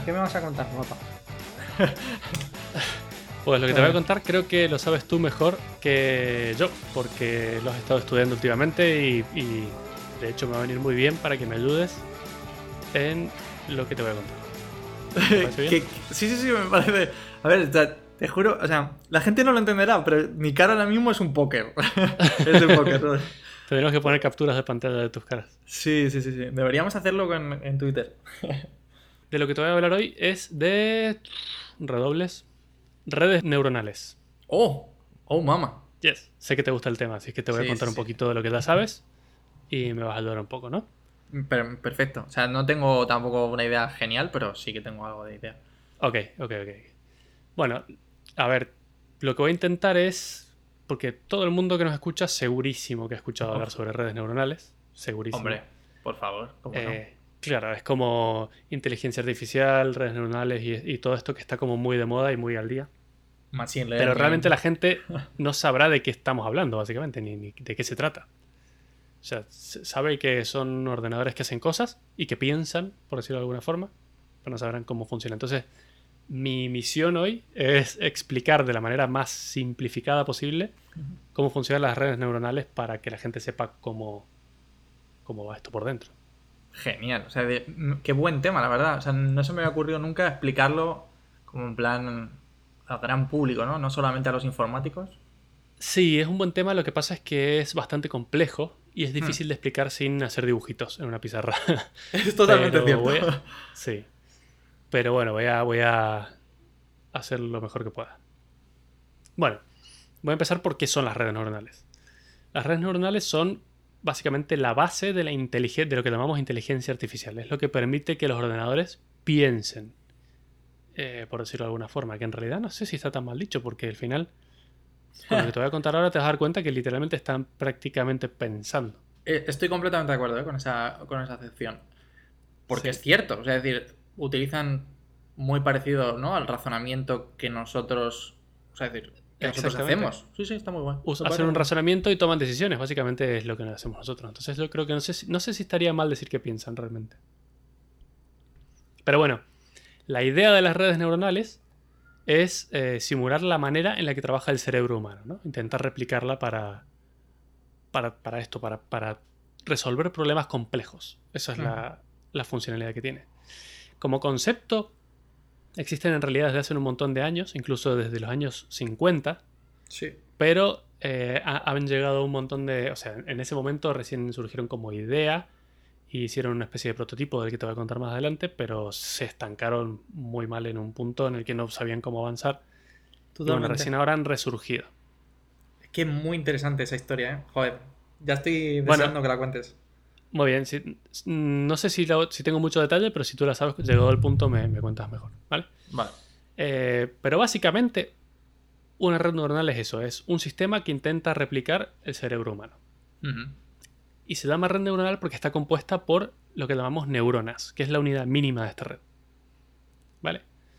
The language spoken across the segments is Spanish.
¿Qué me vas a contar, guapa? Pues lo que te voy a contar creo que lo sabes tú mejor que yo, porque lo has estado estudiando últimamente y de hecho me va a venir muy bien para que me ayudes en lo que te voy a contar. ¿Te parece bien? Sí, me parece. A ver, te juro, o sea, la gente no lo entenderá, pero mi cara ahora mismo es un póker. Es de póker, ¿no? Tendremos que poner capturas de pantalla de tus caras. Sí. Deberíamos hacerlo en Twitter. De lo que te voy a hablar hoy es de redobles, redes neuronales. Oh, mama. Yes. Sé que te gusta el tema, así que te voy a contar un poquito de lo que ya sabes y me vas a ayudar un poco, ¿no? Perfecto. O sea, no tengo tampoco una idea genial, pero sí que tengo algo de idea. Ok. Bueno, a ver, lo que voy a intentar es, porque todo el mundo que nos escucha segurísimo que ha escuchado hablar sobre redes neuronales, segurísimo. Hombre, por favor, ¿cómo no? Claro, es como inteligencia artificial, redes neuronales y todo esto que está como muy de moda y muy al día. Machine learning. Pero realmente la gente no sabrá de qué estamos hablando, básicamente, ni de qué se trata. O sea, sabe que son ordenadores que hacen cosas y que piensan, por decirlo de alguna forma, pero no sabrán cómo funciona. Entonces, mi misión hoy es explicar de la manera más simplificada posible cómo funcionan las redes neuronales para que la gente sepa cómo va esto por dentro. Genial, o sea, qué buen tema, la verdad. O sea, no se me había ocurrido nunca explicarlo como en plan al gran público, ¿no? No solamente a los informáticos. Sí, es un buen tema, lo que pasa es que es bastante complejo y es difícil de explicar sin hacer dibujitos en una pizarra. Es totalmente cierto. Sí, pero bueno, voy a hacer lo mejor que pueda. Bueno, voy a empezar por qué son las redes neuronales. Las redes neuronales son básicamente la base de de lo que llamamos inteligencia artificial. Es lo que permite que los ordenadores piensen, por decirlo de alguna forma, que en realidad no sé si está tan mal dicho, porque al final, con lo que te voy a contar ahora, te vas a dar cuenta que literalmente están prácticamente pensando. Estoy completamente de acuerdo con esa acepción. Porque Sí. es cierto, o sea, es decir, utilizan muy parecido, ¿no?, al razonamiento que nosotros, o sea, es decir, que nosotros hacemos. Sí, está muy bueno. Hacen un razonamiento y toman decisiones, básicamente es lo que hacemos nosotros. Entonces yo creo que no sé si estaría mal decir que piensan realmente. Pero bueno, la idea de las redes neuronales es simular la manera en la que trabaja el cerebro humano, ¿no? Intentar replicarla para resolver problemas complejos. Esa es la funcionalidad que tiene. Como concepto, existen en realidad desde hace un montón de años, incluso desde los años 50. Sí. Pero han llegado un montón de... O sea, en ese momento recién surgieron como idea y hicieron una especie de prototipo del que te voy a contar más adelante, pero se estancaron muy mal en un punto en el que no sabían cómo avanzar. Totalmente. Y bueno, recién ahora han resurgido. Es que es muy interesante esa historia, ¿eh? Joder, ya estoy deseando que la cuentes. Muy bien, no sé si tengo mucho detalle, pero si tú la sabes, llegado al punto me cuentas mejor, ¿vale? Vale. Pero básicamente, una red neuronal es eso, es un sistema que intenta replicar el cerebro humano. Y se llama red neuronal porque está compuesta por lo que llamamos neuronas, que es la unidad mínima de esta red. ¿Vale?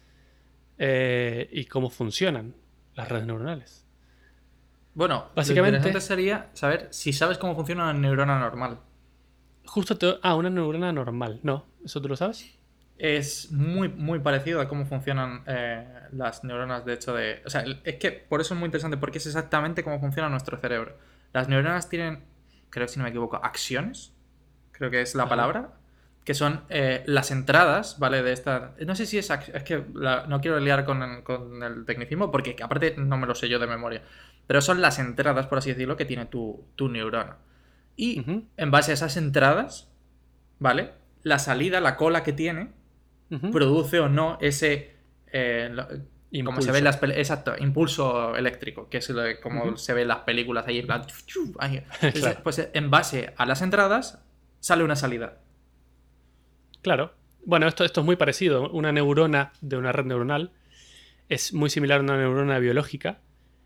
¿Y cómo funcionan las redes neuronales? Bueno, básicamente, lo interesante sería saber si sabes cómo funciona una neurona normal. Una neurona normal. No, ¿eso tú lo sabes? Es muy parecido a cómo funcionan las neuronas, de hecho, o sea, es que por eso es muy interesante, porque es exactamente cómo funciona nuestro cerebro. Las neuronas tienen, creo que si no me equivoco, axiones, creo que es la palabra, que son las entradas, ¿vale? De esta... No sé si es que no quiero liar con el tecnicismo, porque aparte no me lo sé yo de memoria, pero son las entradas, por así decirlo, que tiene tu neurona. Y en base a esas entradas, ¿vale? La salida, la cola que tiene, produce o no ese como se ve en las exacto, impulso eléctrico, que es como se ve en las películas ahí en plan ahí. Claro. Pues en base a las entradas sale una salida. Claro. Bueno, esto es muy parecido. Una neurona de una red neuronal es muy similar a una neurona biológica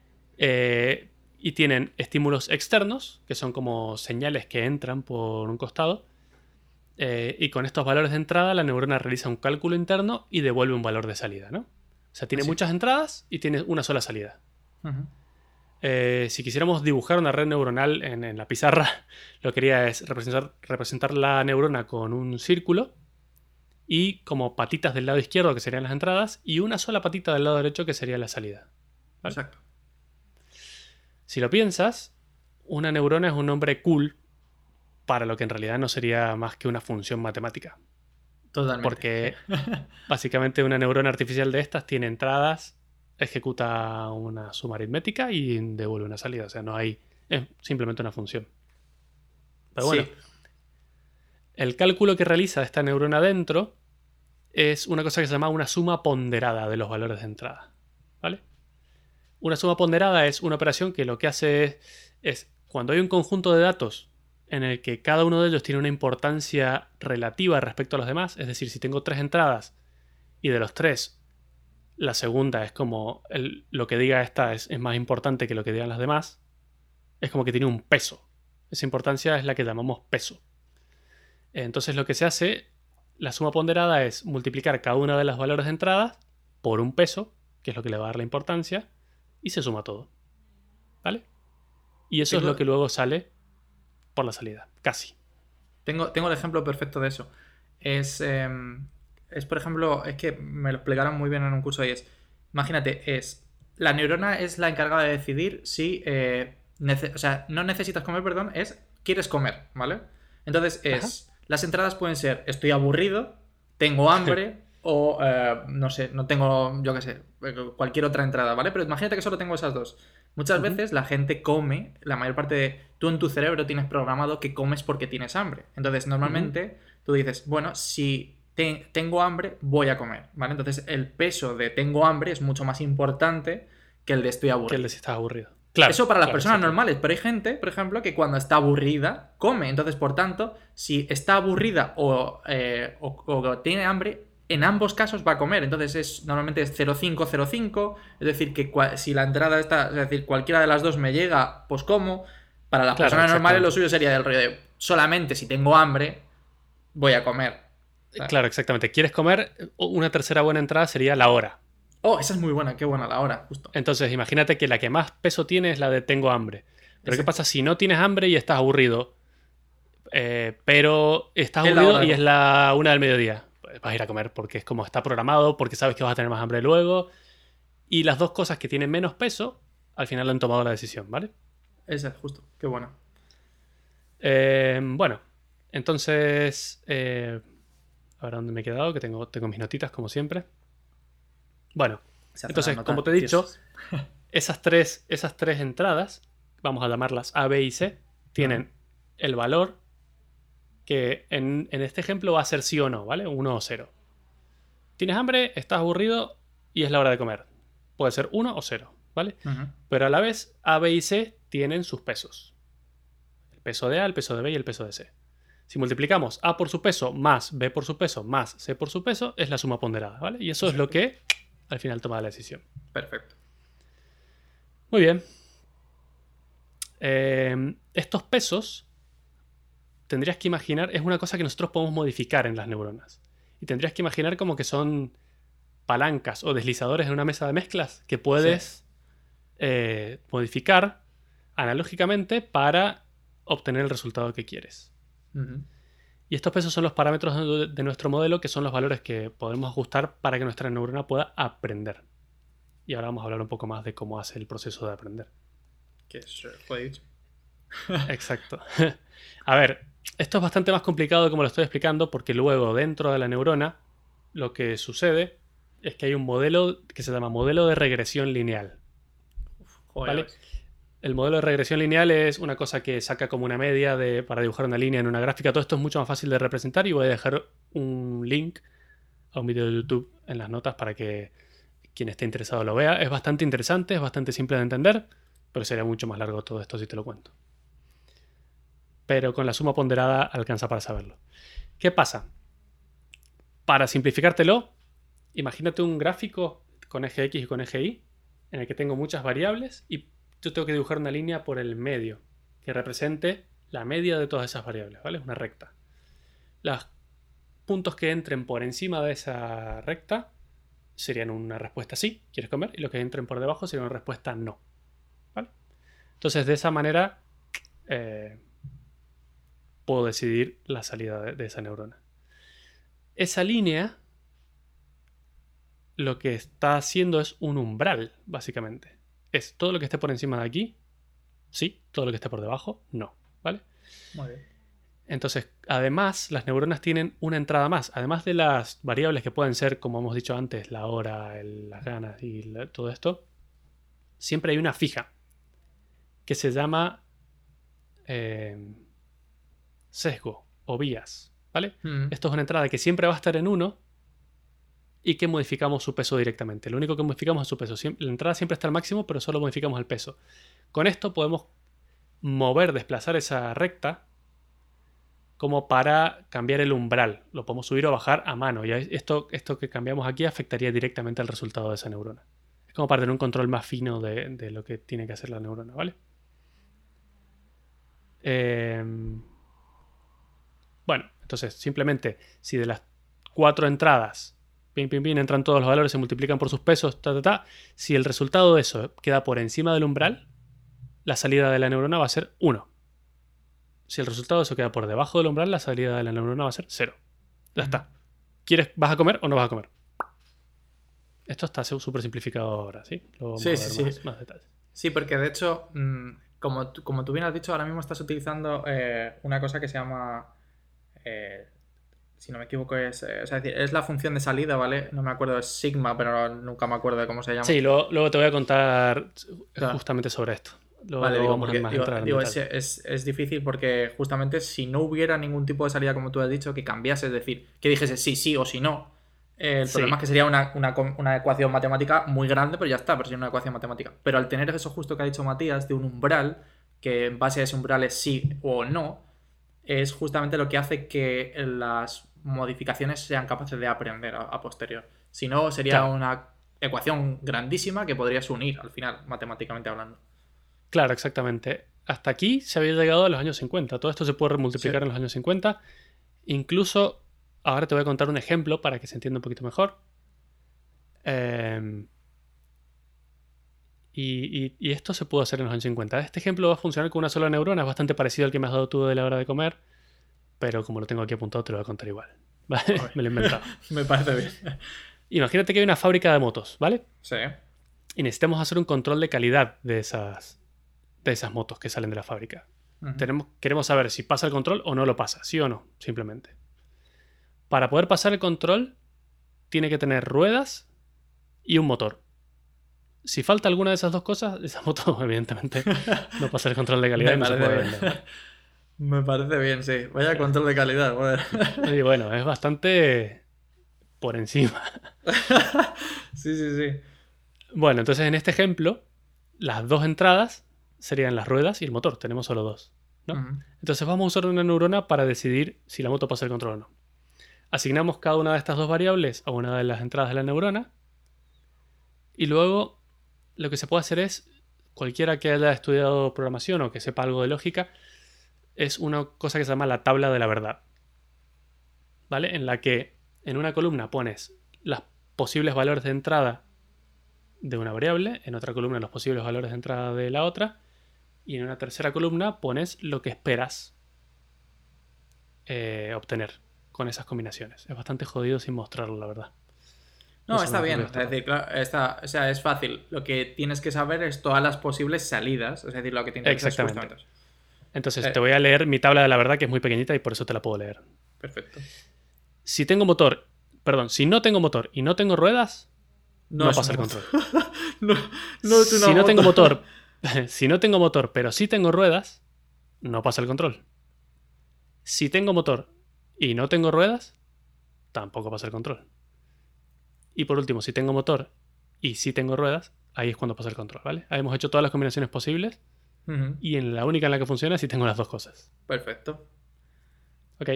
y tienen estímulos externos, que son como señales que entran por un costado. Y con estos valores de entrada la neurona realiza un cálculo interno y devuelve un valor de salida, ¿no? O sea, tiene muchas entradas y tiene una sola salida. Si quisiéramos dibujar una red neuronal en la pizarra, lo que quería es representar la neurona con un círculo y como patitas del lado izquierdo, que serían las entradas, y una sola patita del lado derecho, que sería la salida. ¿Vale? Exacto. Si lo piensas, una neurona es un nombre cool para lo que en realidad no sería más que una función matemática. Totalmente. Porque básicamente una neurona artificial de estas tiene entradas, ejecuta una suma aritmética y devuelve una salida. O sea, no hay... Es simplemente una función. Pero bueno, Sí. el cálculo que realiza esta neurona dentro es una cosa que se llama una suma ponderada de los valores de entrada. ¿Vale? Una suma ponderada es una operación que lo que hace es cuando hay un conjunto de datos en el que cada uno de ellos tiene una importancia relativa respecto a los demás, es decir, si tengo 3 entradas y de los 3 la segunda es como lo que diga esta es más importante que lo que digan las demás, es como que tiene un peso. Esa importancia es la que llamamos peso. Entonces lo que se hace, la suma ponderada es multiplicar cada una de los valores de entrada por un peso, que es lo que le va a dar la importancia, y se suma todo. ¿Vale? Y eso es lo que luego sale por la salida. Casi. Tengo el ejemplo perfecto de eso. Por ejemplo, es que me lo explicaron muy bien en un curso y imagínate, la neurona es la encargada de decidir si, o sea, no necesitas comer, perdón, quieres comer, ¿vale? Entonces las entradas pueden ser, estoy aburrido, tengo hambre o, no sé, no tengo, yo qué sé, cualquier otra entrada, ¿vale? Pero imagínate que solo tengo esas dos. Muchas veces la gente come, la mayor parte de... Tú en tu cerebro tienes programado que comes porque tienes hambre. Entonces, normalmente tú dices, bueno, si tengo hambre, voy a comer, ¿vale? Entonces, el peso de tengo hambre es mucho más importante que el de estoy aburrido. Que el de si estás aburrido. Claro. Eso para las personas normales, pero hay gente, por ejemplo, que cuando está aburrida, come. Entonces, por tanto, si está aburrida o tiene hambre, en ambos casos va a comer. Entonces normalmente es 0,5, es decir, que si la entrada está, es decir, cualquiera de las dos me llega, pues como. Para las personas normales lo suyo sería del rollo de solamente si tengo hambre, voy a comer. ¿Sabes? Claro, exactamente. ¿Quieres comer? Una tercera buena entrada sería la hora. Oh, esa es muy buena, qué buena la hora, justo. Entonces, imagínate que la que más peso tiene es la de tengo hambre. Pero ¿qué pasa si no tienes hambre y estás aburrido? Pero estás aburrido y es la 1 del mediodía. Vas a ir a comer porque es como está programado, porque sabes que vas a tener más hambre luego. Y las dos cosas que tienen menos peso, al final han tomado la decisión, ¿vale? Esa es justo, qué buena. Bueno, entonces... a ver dónde me he quedado, que tengo mis notitas como siempre. Bueno, entonces, como te he dicho, esas tres entradas, vamos a llamarlas A, B y C, tienen el valor que en este ejemplo va a ser sí o no, ¿vale? 1 o 0. Tienes hambre, estás aburrido y es la hora de comer. Puede ser 1 o 0, ¿vale? Pero a la vez, A, B y C tienen sus pesos. El peso de A, el peso de B y el peso de C. Si multiplicamos A por su peso más B por su peso más C por su peso, es la suma ponderada, ¿vale? Y eso es lo que al final toma la decisión. Perfecto. Muy bien. Estos pesos, tendrías que imaginar, es una cosa que nosotros podemos modificar en las neuronas. Y tendrías que imaginar como que son palancas o deslizadores en una mesa de mezclas que puedes modificar analógicamente para obtener el resultado que quieres. Y estos pesos son los parámetros de nuestro modelo, que son los valores que podemos ajustar para que nuestra neurona pueda aprender. Y ahora vamos a hablar un poco más de cómo hace el proceso de aprender. Que es dicho. Exacto. A ver, esto es bastante más complicado de como lo estoy explicando, porque luego dentro de la neurona lo que sucede es que hay un modelo que se llama modelo de regresión lineal. ¿Vale? El modelo de regresión lineal es una cosa que saca como una media para dibujar una línea en una gráfica. Todo esto es mucho más fácil de representar y voy a dejar un link a un vídeo de YouTube en las notas para que quien esté interesado lo vea. Es bastante interesante, es bastante simple de entender, pero sería mucho más largo todo esto si te lo cuento. Pero con la suma ponderada alcanza para saberlo. ¿Qué pasa? Para simplificártelo, imagínate un gráfico con eje X y con eje Y en el que tengo muchas variables y yo tengo que dibujar una línea por el medio que represente la media de todas esas variables, ¿vale? Es una recta. Los puntos que entren por encima de esa recta serían una respuesta sí, ¿quieres comer? Y los que entren por debajo serían una respuesta no, ¿vale? Entonces, de esa manera puedo decidir la salida de esa neurona. esa línea lo que está haciendo es un umbral, básicamente. Es todo lo que esté por encima de aquí, sí, todo lo que esté por debajo, no, ¿vale? Muy bien. Entonces, además, las neuronas tienen una entrada más. Además de las variables que pueden ser, como hemos dicho antes, la hora, las ganas y todo esto, siempre hay una fija que se llama sesgo o bias, ¿vale? Esto es una entrada que siempre va a estar en 1 y que modificamos su peso directamente. Lo único que modificamos es su peso. La entrada siempre está al máximo, pero solo modificamos el peso. Con esto podemos desplazar esa recta como para cambiar el umbral. Lo podemos subir o bajar a mano. Y esto que cambiamos aquí afectaría directamente al resultado de esa neurona. Es como para tener un control más fino de lo que tiene que hacer la neurona, ¿vale? Bueno, entonces simplemente si de las 4 entradas entran todos los valores, se multiplican por sus pesos, si el resultado de eso queda por encima del umbral, la salida de la neurona va a ser 1. Si el resultado de eso queda por debajo del umbral, la salida de la neurona va a ser 0. Ya está. ¿Vas a comer o no vas a comer? Esto está súper simplificado ahora, ¿sí? Luego vamos a ver más detalles. Sí, porque de hecho, como tú bien has dicho, ahora mismo estás utilizando una cosa que se llama... si no me equivoco es la función de salida, ¿vale? No me acuerdo, es sigma, pero nunca me acuerdo de cómo se llama. Sí, luego te voy a contar justamente sobre esto. Vale, es difícil porque justamente si no hubiera ningún tipo de salida, como tú has dicho, que cambiase, es decir, que dijese sí o si no, el problema es que sería una ecuación matemática muy grande, pero ya está, pero sería una ecuación matemática. Pero al tener eso justo que ha dicho Matías, de un umbral, que en base a ese umbral es sí o no, es justamente lo que hace que las modificaciones sean capaces de aprender a posterior. Si no, sería una ecuación grandísima que podrías unir al final, matemáticamente hablando. Claro, exactamente. Hasta aquí se había llegado a los años 50. Todo esto se puede multiplicar en los años 50. Incluso, ahora te voy a contar un ejemplo para que se entienda un poquito mejor. Y esto se pudo hacer en los años 50. Este ejemplo va a funcionar con una sola neurona. Es bastante parecido al que me has dado tú de la hora de comer. Pero como lo tengo aquí apuntado, te lo voy a contar igual. ¿Vale? Me lo he inventado. Me parece bien. Imagínate que hay una fábrica de motos, ¿vale? Sí. Y necesitamos hacer un control de calidad de esas motos que salen de la fábrica. Queremos saber si pasa el control o no lo pasa, sí o no, simplemente. Para poder pasar el control, tiene que tener ruedas y un motor. Si falta alguna de esas dos cosas, esa moto, evidentemente, no pasa el control de calidad y no se puede vender. Me parece bien, sí. Vaya control de calidad, joder. Y bueno, es bastante por encima. Sí. Bueno, entonces en este ejemplo, las dos entradas serían las ruedas y el motor. Tenemos solo dos, ¿no? Entonces vamos a usar una neurona para decidir si la moto pasa el control o no. Asignamos cada una de estas dos variables a una de las entradas de la neurona. Y luego lo que se puede hacer es, cualquiera que haya estudiado programación o que sepa algo de lógica, es una cosa que se llama la tabla de la verdad. ¿Vale? En la que en una columna pones los posibles valores de entrada de una variable, en otra columna los posibles valores de entrada de la otra, y en una tercera columna pones lo que esperas obtener con esas combinaciones. Es bastante jodido sin mostrarlo, la verdad. No, está bien. Es decir, claro, es fácil. Lo que tienes que saber es todas las posibles salidas. Es decir, lo que te interesa. Exactamente. Entonces te voy a leer mi tabla de la verdad, que es muy pequeñita y por eso te la puedo leer. Perfecto. Si no tengo motor y no tengo ruedas, no pasa el control. Si no tengo motor, pero sí tengo ruedas, no pasa el control. Si tengo motor y no tengo ruedas, tampoco pasa el control. Y por último, si tengo motor y sí tengo ruedas, ahí es cuando pasa el control, ¿vale? Ahí hemos hecho todas las combinaciones posibles. Y en la única en la que funciona es si tengo las dos cosas. Perfecto. Ok.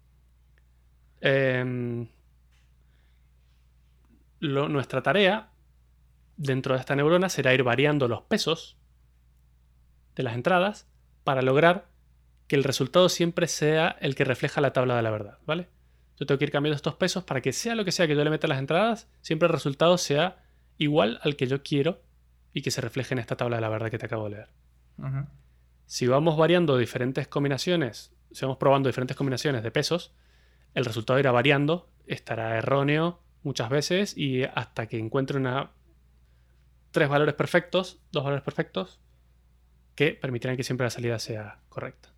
Nuestra tarea dentro de esta neurona será ir variando los pesos de las entradas para lograr que el resultado siempre sea el que refleja la tabla de la verdad, ¿vale? Yo tengo que ir cambiando estos pesos para que sea lo que sea que yo le meta a las entradas, siempre el resultado sea igual al que yo quiero y que se refleje en esta tabla de la verdad que te acabo de leer. Si vamos variando diferentes combinaciones, si vamos probando diferentes combinaciones de pesos, el resultado irá variando, estará erróneo muchas veces y hasta que encuentre dos valores perfectos que permitirán que siempre la salida sea correcta.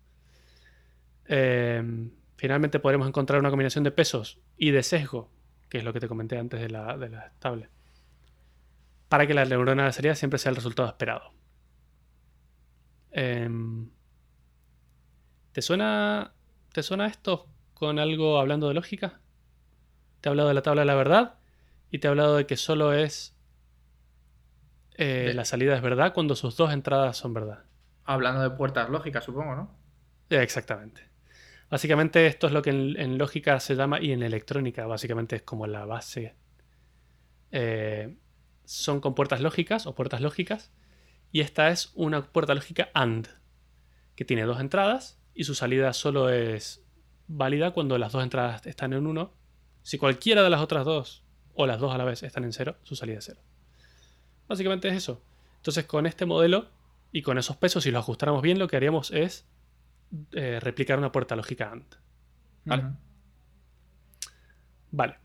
Finalmente podremos encontrar una combinación de pesos y de sesgo, que es lo que te comenté antes de la estable, para que la neurona de salida siempre sea el resultado esperado. ¿Te suena esto con algo hablando de lógica? Te he hablado de la tabla de la verdad y te he hablado de que solo es la salida es verdad cuando sus dos entradas son verdad. Hablando de puertas lógicas, supongo, ¿no? Exactamente. Básicamente esto es lo que en lógica se llama, y en electrónica básicamente es como la base. Son con puertas lógicas o puertas lógicas, y esta es una puerta lógica AND, que tiene dos entradas y su salida solo es válida cuando las dos entradas están en 1. Si cualquiera de las otras dos o las dos a la vez están en 0, su salida es 0. Básicamente es eso. Entonces con este modelo y con esos pesos, si los ajustáramos bien, lo que haríamos es replicar una puerta lógica AND. ¿Vale? Ujú. Vale.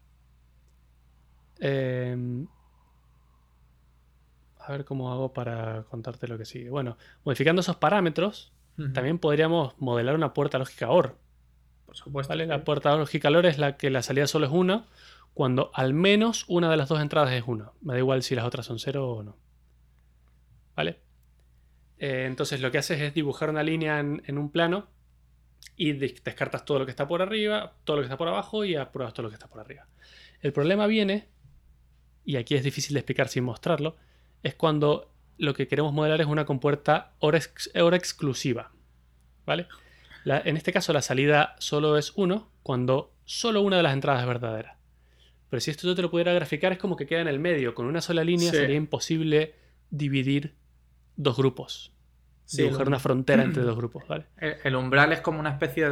A ver cómo hago para contarte lo que sigue. Bueno, modificando esos parámetros, también podríamos modelar una puerta lógica OR. Por supuesto. ¿Vale? Sí. La puerta lógica OR es la que la salida solo es 1 cuando al menos una de las dos entradas es 1. Me da igual si las otras son 0 o no. ¿Vale? Entonces lo que haces es dibujar una línea en un plano y descartas todo lo que está por arriba, todo lo que está por abajo y apruebas todo lo que está por arriba. El problema viene, y aquí es difícil de explicar sin mostrarlo, es cuando lo que queremos modelar es una compuerta OR exclusiva. ¿Vale? En este caso la salida solo es 1 cuando solo una de las entradas es verdadera. Pero si esto yo te lo pudiera graficar, es como que queda en el medio. Con una sola línea Sí. sería imposible dividir dos grupos. Sí, Dibujar una frontera entre dos grupos, ¿vale? El umbral es como una especie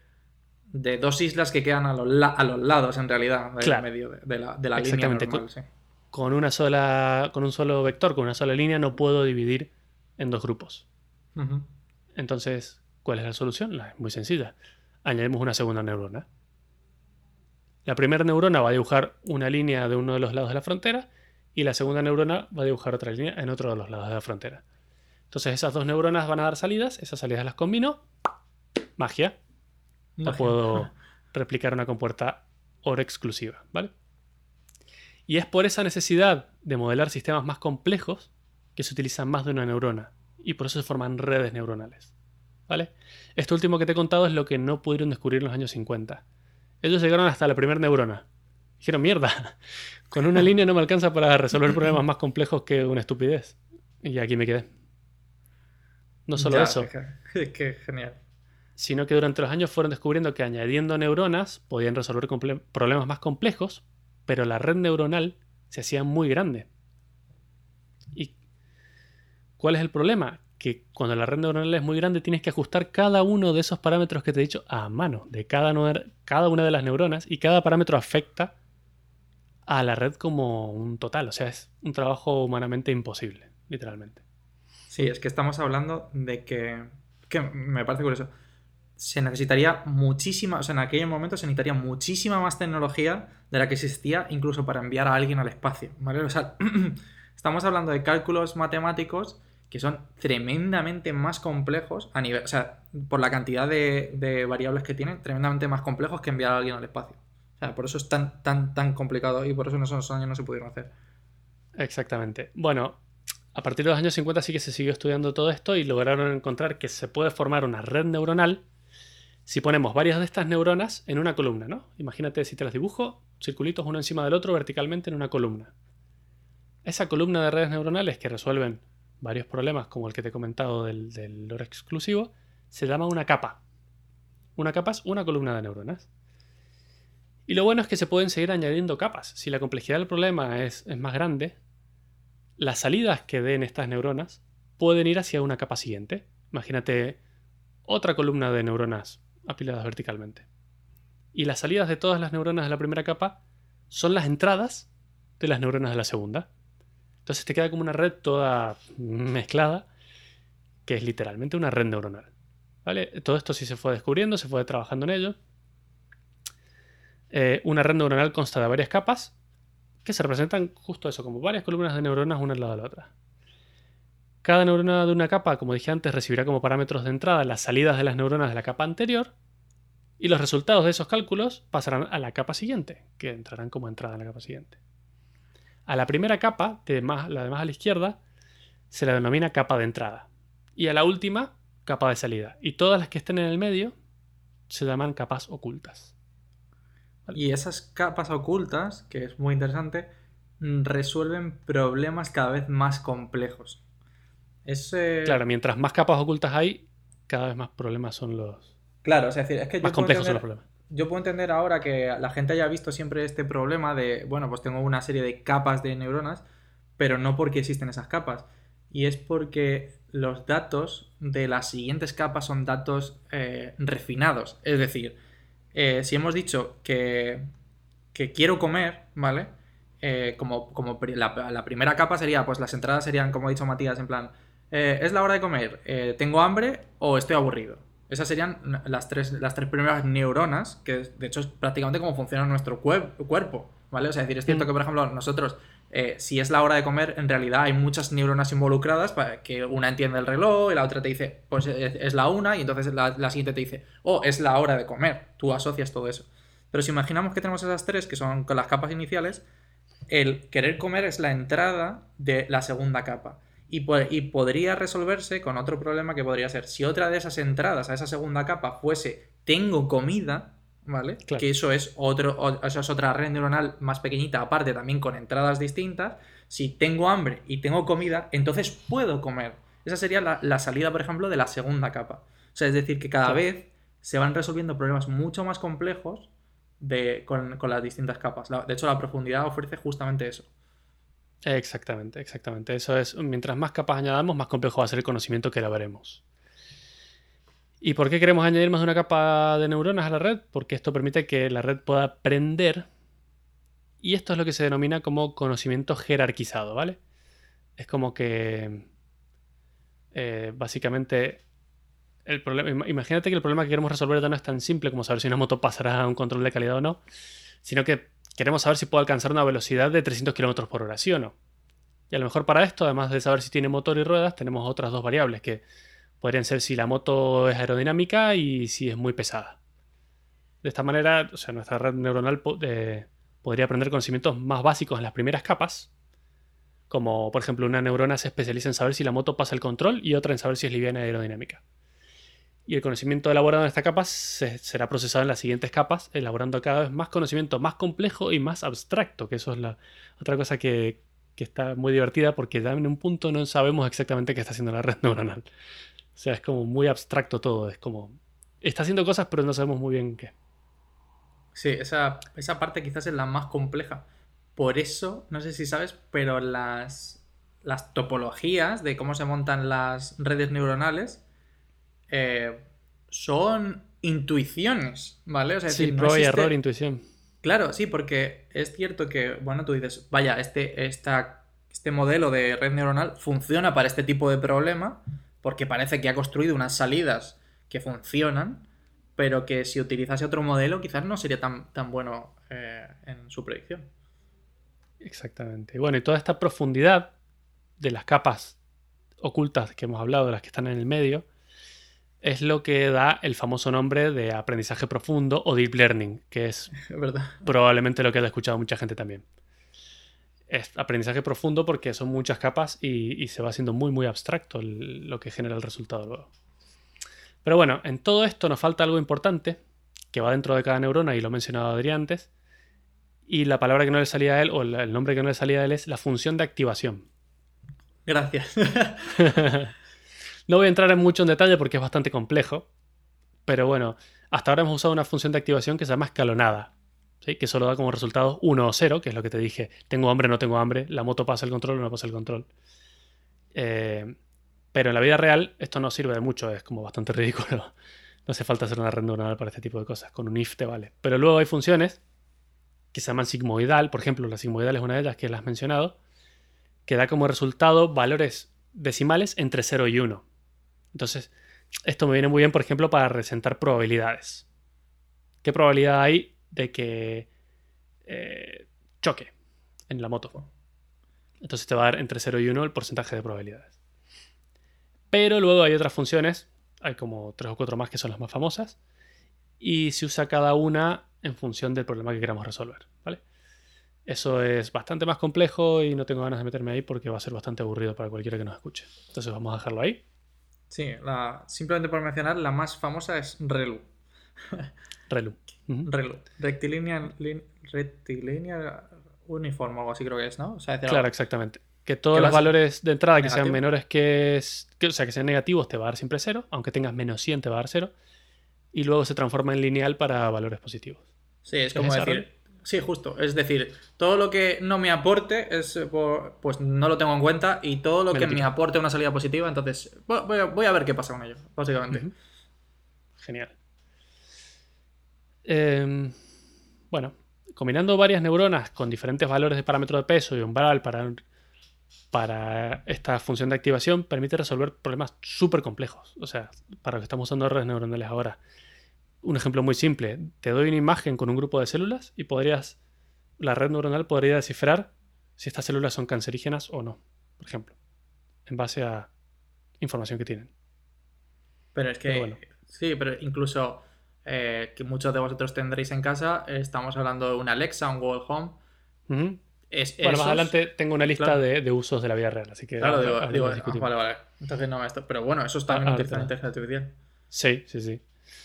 de dos islas que quedan a los lados, en realidad, del Claro. medio de la línea Exactamente. normal. Sí. Con un solo vector, con una sola línea, no puedo dividir en dos grupos. Ujú. Entonces, ¿cuál es la solución? Es muy sencilla. Añadimos una segunda neurona. La primera neurona va a dibujar una línea de uno de los lados de la frontera y la segunda neurona va a dibujar otra línea en otro de los lados de la frontera. Entonces esas dos neuronas van a dar salidas, esas salidas las combino, magia. La puedo replicar una compuerta OR exclusiva, ¿vale? Y es por esa necesidad de modelar sistemas más complejos que se utilizan más de una neurona y por eso se forman redes neuronales, ¿vale? Esto último que te he contado es lo que no pudieron descubrir en los años 50. Ellos llegaron hasta la primera neurona. Dijeron, mierda, con una línea no me alcanza para resolver problemas más complejos que una estupidez. Y aquí me quedé. No solo eso, Es que genial. sino que durante los años fueron descubriendo que añadiendo neuronas podían resolver problemas más complejos, pero la red neuronal se hacía muy grande. ¿Y cuál es el problema? Que cuando la red neuronal es muy grande tienes que ajustar cada uno de esos parámetros que te he dicho a mano, de cada una de las neuronas, y cada parámetro afecta a la red como un total. O sea, es un trabajo humanamente imposible, literalmente. Sí, es que estamos hablando de que me parece curioso. Se necesitaría muchísima, o sea, en aquel momento se necesitaría muchísima más tecnología de la que existía incluso para enviar a alguien al espacio, ¿vale? O sea, estamos hablando de cálculos matemáticos que son tremendamente más complejos a nivel, o sea, por la cantidad de variables que tienen, tremendamente más complejos que enviar a alguien al espacio. O sea, por eso es tan complicado y por eso en esos años no se pudieron hacer. Exactamente. Bueno, a partir de los años 50 sí que se siguió estudiando todo esto y lograron encontrar que se puede formar una red neuronal si ponemos varias de estas neuronas en una columna, ¿no? Imagínate si te las dibujo, circulitos uno encima del otro verticalmente en una columna. Esa columna de redes neuronales que resuelven varios problemas como el que te he comentado del OR exclusivo, se llama una capa. Una capa es una columna de neuronas. Y lo bueno es que se pueden seguir añadiendo capas. Si la complejidad del problema es más grande, las salidas que den estas neuronas pueden ir hacia una capa siguiente. Imagínate otra columna de neuronas apiladas verticalmente. Y las salidas de todas las neuronas de la primera capa son las entradas de las neuronas de la segunda. Entonces te queda como una red toda mezclada, que es literalmente una red neuronal. ¿Vale? Todo esto sí se fue descubriendo, se fue trabajando en ello. Una red neuronal consta de varias capas que se representan justo eso, como varias columnas de neuronas una al lado de la otra. Cada neurona de una capa, como dije antes, recibirá como parámetros de entrada las salidas de las neuronas de la capa anterior y los resultados de esos cálculos pasarán a la capa siguiente, que entrarán como entrada en la capa siguiente. A la primera capa, la de más a la izquierda, se la denomina capa de entrada y a la última, capa de salida. Y todas las que estén en el medio se llaman capas ocultas. ¿Vale? Y esas capas ocultas, que es muy interesante, resuelven problemas cada vez más complejos. Claro, mientras más capas ocultas hay, cada vez más problemas son los... Claro, es decir, es que más complejos son los problemas. Yo puedo entender ahora que la gente haya visto siempre este problema de, bueno, pues tengo una serie de capas de neuronas, pero no porque existen esas capas. Y es porque los datos de las siguientes capas son datos refinados. Es decir, si hemos dicho que quiero comer, ¿vale? La primera capa sería, pues las entradas serían, como ha dicho Matías, en plan, es la hora de comer, tengo hambre o estoy aburrido. Esas serían las tres primeras neuronas, que de hecho es prácticamente como funciona nuestro cuerpo, ¿vale? O sea, es decir, es cierto que, por ejemplo, nosotros, si es la hora de comer, en realidad hay muchas neuronas involucradas, para que una entiende el reloj y la otra te dice, pues es la una, y entonces la siguiente te dice, oh, es la hora de comer. Tú asocias todo eso. Pero si imaginamos que tenemos esas tres, que son con las capas iniciales, el querer comer es la entrada de la segunda capa. Y podría resolverse con otro problema que podría ser, si otra de esas entradas a esa segunda capa fuese tengo comida, ¿vale? Claro. Que eso es otra red neuronal más pequeñita, aparte también con entradas distintas. Si tengo hambre y tengo comida, entonces puedo comer. Esa sería la salida, por ejemplo, de la segunda capa. O sea, es decir, que cada vez se van resolviendo problemas mucho más complejos con las distintas capas. De hecho, la profundidad ofrece justamente eso. Exactamente. Eso es, mientras más capas añadamos, más complejo va a ser el conocimiento, que lo veremos. ¿Y por qué queremos añadir más de una capa de neuronas a la red? Porque esto permite que la red pueda aprender, y esto es lo que se denomina como conocimiento jerarquizado, ¿vale? Es como que básicamente el problema, imagínate que el problema que queremos resolver ya no es tan simple como saber si una moto pasará a un control de calidad o no, sino que queremos saber si puede alcanzar una velocidad de 300 km por hora, ¿sí o no? Y a lo mejor para esto, además de saber si tiene motor y ruedas, tenemos otras dos variables que podrían ser si la moto es aerodinámica y si es muy pesada. De esta manera, o sea, nuestra red neuronal podría aprender conocimientos más básicos en las primeras capas, como por ejemplo una neurona se especializa en saber si la moto pasa el control y otra en saber si es liviana y aerodinámica. Y el conocimiento elaborado en esta capa será procesado en las siguientes capas, elaborando cada vez más conocimiento más complejo y más abstracto, que eso es la otra cosa que está muy divertida, porque ya en un punto no sabemos exactamente qué está haciendo la red neuronal. O sea, es como muy abstracto todo, es como... está haciendo cosas, pero no sabemos muy bien qué. Sí, esa parte quizás es la más compleja. Por eso, no sé si sabes, pero las topologías de cómo se montan las redes neuronales son intuiciones, ¿vale? O sea, sí, decir, prueba y error, intuición. Claro, sí, porque es cierto que, bueno, tú dices, vaya, este modelo de red neuronal funciona para este tipo de problema, porque parece que ha construido unas salidas que funcionan, pero que si utilizase otro modelo quizás no sería tan bueno en su predicción. Exactamente. Y bueno, y toda esta profundidad de las capas ocultas que hemos hablado, de las que están en el medio, es lo que da el famoso nombre de aprendizaje profundo o deep learning, que es ¿verdad? Probablemente lo que haya escuchado mucha gente también. Es aprendizaje profundo porque son muchas capas y se va haciendo muy, muy abstracto lo que genera el resultado luego. Pero bueno, en todo esto nos falta algo importante que va dentro de cada neurona, y lo ha mencionado Adrián antes, y la palabra que no le salía a él, o el nombre que no le salía a él, es la función de activación. Gracias. No voy a entrar mucho en detalle porque es bastante complejo, pero bueno, hasta ahora hemos usado una función de activación que se llama escalonada, ¿sí? Que solo da como resultado 1 o 0, que es lo que te dije, tengo hambre o no tengo hambre, la moto pasa el control o no pasa el control. Pero en la vida real esto no sirve de mucho, es como bastante ridículo. No hace falta hacer una red neuronal para este tipo de cosas, con un if te vale. Pero luego hay funciones que se llaman sigmoidal, por ejemplo, la sigmoidal es una de ellas que las has mencionado, que da como resultado valores decimales entre 0 y 1. Entonces, esto me viene muy bien, por ejemplo, para representar probabilidades. ¿Qué probabilidad hay de que choque en la moto. Entonces te va a dar entre 0 y 1 el porcentaje de probabilidades. Pero luego hay otras funciones, hay como 3 o 4 más que son las más famosas, y se usa cada una en función del problema que queramos resolver, ¿vale? Eso es bastante más complejo y no tengo ganas de meterme ahí porque va a ser bastante aburrido para cualquiera que nos escuche. Entonces vamos a dejarlo ahí. Sí, simplemente por mencionar, la más famosa es ReLU. ReLU. ReLU. Rectilinear Uniform o algo así creo que es, ¿no? O sea, claro, exactamente. Que todos los valores de entrada que sean menores o sea, que sean negativos te va a dar siempre 0, aunque tengas menos 100 te va a dar 0, y luego se transforma en lineal para valores positivos. Sí, es como decir... Sí, justo. Es decir, todo lo que no me aporte pues no lo tengo en cuenta, y todo lo que me aporte una salida positiva, entonces voy a ver qué pasa con ello, básicamente. Genial. Bueno, combinando varias neuronas con diferentes valores de parámetro de peso y umbral para esta función de activación permite resolver problemas súper complejos. O sea, para lo que estamos usando redes neuronales ahora. Un ejemplo muy simple. Te doy una imagen con un grupo de células y la red neuronal podría descifrar si estas células son cancerígenas o no, por ejemplo, en base a información que tienen. Pero es que... Bueno. Sí, pero incluso... que muchos de vosotros tendréis en casa, estamos hablando de un Alexa, un Google Home. Bueno, más adelante tengo una lista de usos de la vida real, así que... Claro, vale. Entonces no esto. Pero bueno, eso es también utilizando inteligencia artificial. Sí.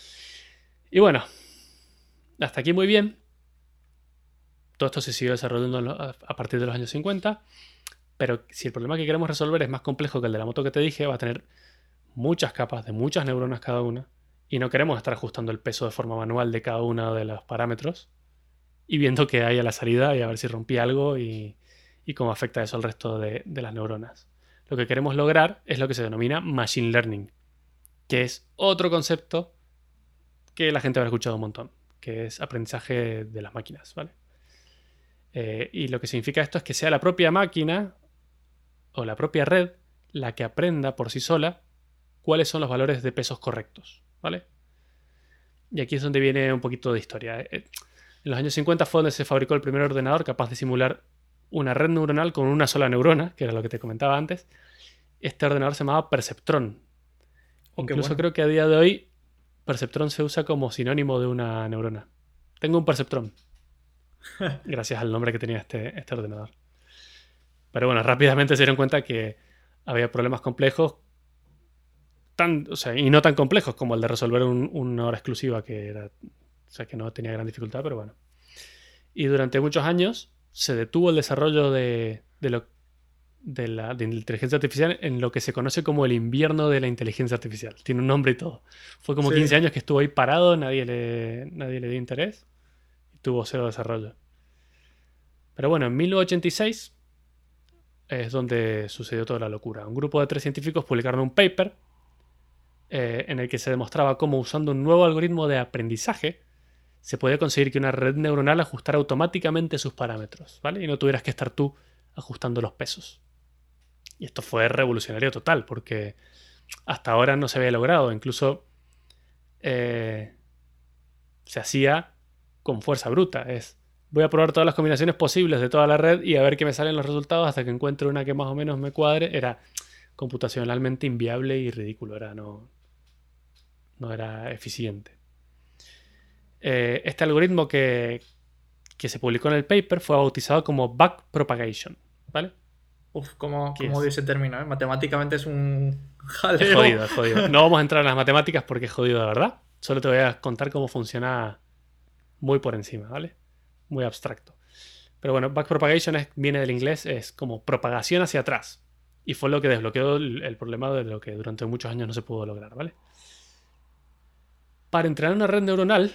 Y bueno, hasta aquí muy bien. Todo esto se siguió desarrollando a partir de los años 50, pero si el problema que queremos resolver es más complejo que el de la moto que te dije, va a tener muchas capas de muchas neuronas cada una, y no queremos estar ajustando el peso de forma manual de cada uno de los parámetros y viendo qué hay a la salida y a ver si rompí algo y cómo afecta eso al resto de las neuronas. Lo que queremos lograr es lo que se denomina Machine Learning, que es otro concepto que la gente habrá escuchado un montón, que es aprendizaje de las máquinas, ¿vale? Y lo que significa esto es que sea la propia máquina o la propia red la que aprenda por sí sola cuáles son los valores de pesos correctos, ¿vale? Y aquí es donde viene un poquito de historia. En los años 50 fue donde se fabricó el primer ordenador capaz de simular una red neuronal con una sola neurona, que era lo que te comentaba antes. Este ordenador se llamaba Perceptron. Incluso creo que a día de hoy Perceptron se usa como sinónimo de una neurona. Tengo un Perceptron. Gracias al nombre que tenía este ordenador. Pero bueno, rápidamente se dieron cuenta que había problemas complejos, y no tan complejos como el de resolver una hora exclusiva, que no tenía gran dificultad, pero bueno. Y durante muchos años se detuvo el desarrollo de la inteligencia artificial en lo que se conoce como el invierno de la inteligencia artificial. Tiene un nombre y todo. Fue como 15 años que estuvo ahí parado, nadie le dio interés y tuvo 0 desarrollo. Pero bueno, en 1986 es donde sucedió toda la locura. Un grupo de 3 científicos publicaron un paper en el que se demostraba cómo, usando un nuevo algoritmo de aprendizaje, se podía conseguir que una red neuronal ajustara automáticamente sus parámetros, ¿vale? Y no tuvieras que estar tú ajustando los pesos. Y esto fue revolucionario total, porque hasta ahora no se había logrado. Incluso se hacía con fuerza bruta. Voy a probar todas las combinaciones posibles de toda la red y a ver qué me salen los resultados hasta que encuentre una que más o menos me cuadre. Era computacionalmente inviable y ridículo. No era eficiente. Este algoritmo que se publicó en el paper fue bautizado como backpropagation, ¿vale? ¿Cómo odio ese término, ¿eh? Matemáticamente es un jaleo. Es jodido. No vamos a entrar en las matemáticas porque es jodido de verdad. Solo te voy a contar cómo funciona muy por encima, ¿vale? Muy abstracto. Pero bueno, backpropagation viene del inglés, es como propagación hacia atrás. Y fue lo que desbloqueó el problema de lo que durante muchos años no se pudo lograr, ¿vale? Para entrenar una red neuronal,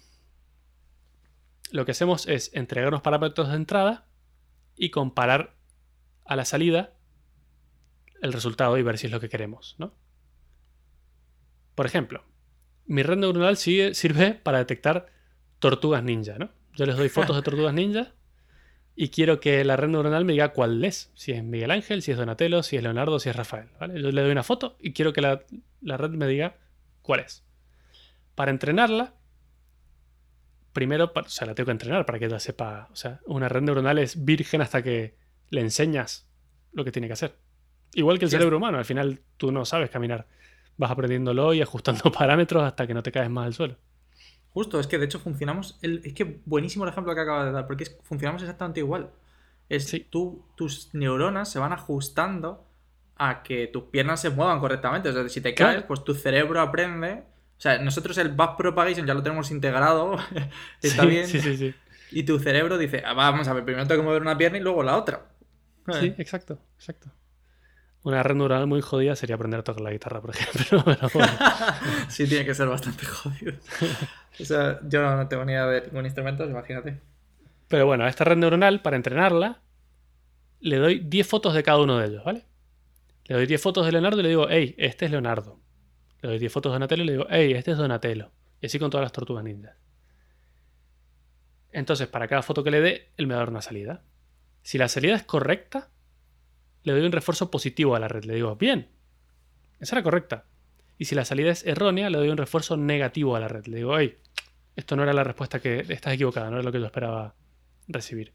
lo que hacemos es entregar unos parámetros de entrada y comparar a la salida el resultado y ver si es lo que queremos, ¿no? Por ejemplo, mi red neuronal sirve para detectar tortugas ninja, ¿no? Yo les doy fotos de tortugas ninja y quiero que la red neuronal me diga cuál es. Si es Miguel Ángel, si es Donatello, si es Leonardo, si es Rafael, ¿vale? Yo le doy una foto y quiero que la red me diga cuál es. Para entrenarla, primero, o sea, la tengo que entrenar para que ella sepa. O sea, una red neuronal es virgen hasta que le enseñas lo que tiene que hacer. Igual que el Sí, cerebro humano, al final tú no sabes caminar. Vas aprendiéndolo y ajustando parámetros hasta que no te caes más al suelo. justo, es que de hecho funcionamos. Es que buenísimo el ejemplo que acabas de dar, porque funcionamos exactamente igual. Sí, Tus neuronas se van ajustando a que tus piernas se muevan correctamente. O sea, si te caes, claro. pues tu cerebro aprende. O sea, nosotros el backpropagation ya lo tenemos integrado, está Sí, bien. sí, sí, sí. Y tu cerebro dice, "Ah, vamos a ver, primero tengo que mover una pierna y luego la otra." Sí, exacto, exacto. Una red neuronal muy jodida sería aprender a tocar la guitarra, por ejemplo. Pero bueno. Sí, tiene que ser bastante jodido. O sea, yo no tengo ni idea de ningún instrumento, imagínate. Pero bueno, a esta red neuronal, para entrenarla, le doy 10 fotos de cada uno de ellos, ¿vale? Le doy 10 fotos de Leonardo y le digo, hey, este es Leonardo. Le doy 10 fotos de Donatello y le digo, hey, este es Donatello. Y así con todas las tortugas ninjas. Entonces, para cada foto que le dé, él me va a dar una salida. Si la salida es correcta, le doy un refuerzo positivo a la red. Le digo, bien, esa era correcta. Y si la salida es errónea, le doy un refuerzo negativo a la red. Le digo, hey, esto no era la respuesta que estás equivocada, no era lo que yo esperaba recibir.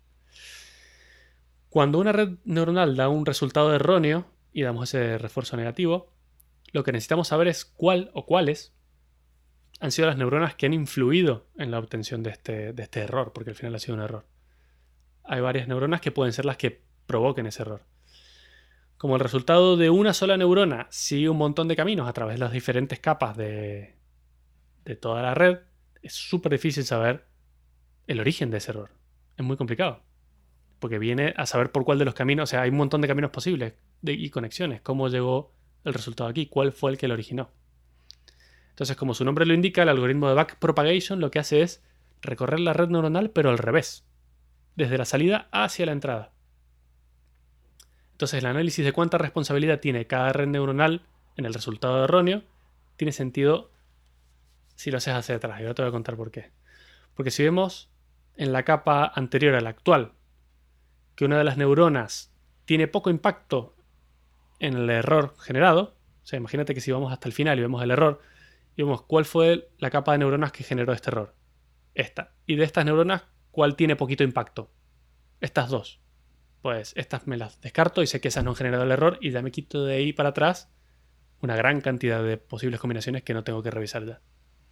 Cuando una red neuronal da un resultado erróneo y damos ese refuerzo negativo, lo que necesitamos saber es cuál o cuáles han sido las neuronas que han influido en la obtención de este error, porque al final ha sido un error. Hay varias neuronas que pueden ser las que provoquen ese error. Como el resultado de una sola neurona sigue un montón de caminos a través de las diferentes capas de toda la red, es súper difícil saber el origen de ese error. Es muy complicado. Porque viene a saber por cuál de los caminos, o sea, hay un montón de caminos posibles y conexiones. ¿Cómo llegó el resultado aquí? ¿Cuál fue el que lo originó? Entonces, como su nombre lo indica, el algoritmo de backpropagation lo que hace es recorrer la red neuronal, pero al revés. Desde la salida hacia la entrada. Entonces, el análisis de cuánta responsabilidad tiene cada red neuronal en el resultado erróneo tiene sentido si lo haces hacia atrás. Y ahora te voy a contar por qué. Porque si vemos en la capa anterior a la actual que una de las neuronas tiene poco impacto en el error generado, o sea, imagínate que si vamos hasta el final y vemos el error, y vemos cuál fue la capa de neuronas que generó este error. Esta. Y de estas neuronas, ¿cuál tiene poquito impacto? Estas dos. Pues estas me las descarto y sé que esas no han generado el error y ya me quito de ahí para atrás una gran cantidad de posibles combinaciones que no tengo que revisar ya.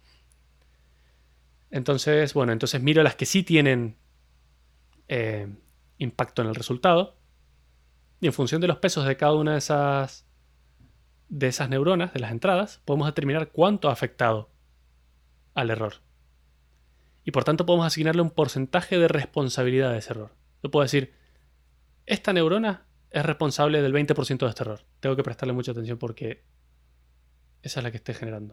Entonces, bueno, entonces miro las que sí tienen impacto en el resultado y en función de los pesos de cada una de esas neuronas, de las entradas, podemos determinar cuánto ha afectado al error. Y por tanto podemos asignarle un porcentaje de responsabilidad de ese error. Yo puedo decir, esta neurona es responsable del 20% de este error. Tengo que prestarle mucha atención porque esa es la que esté generando.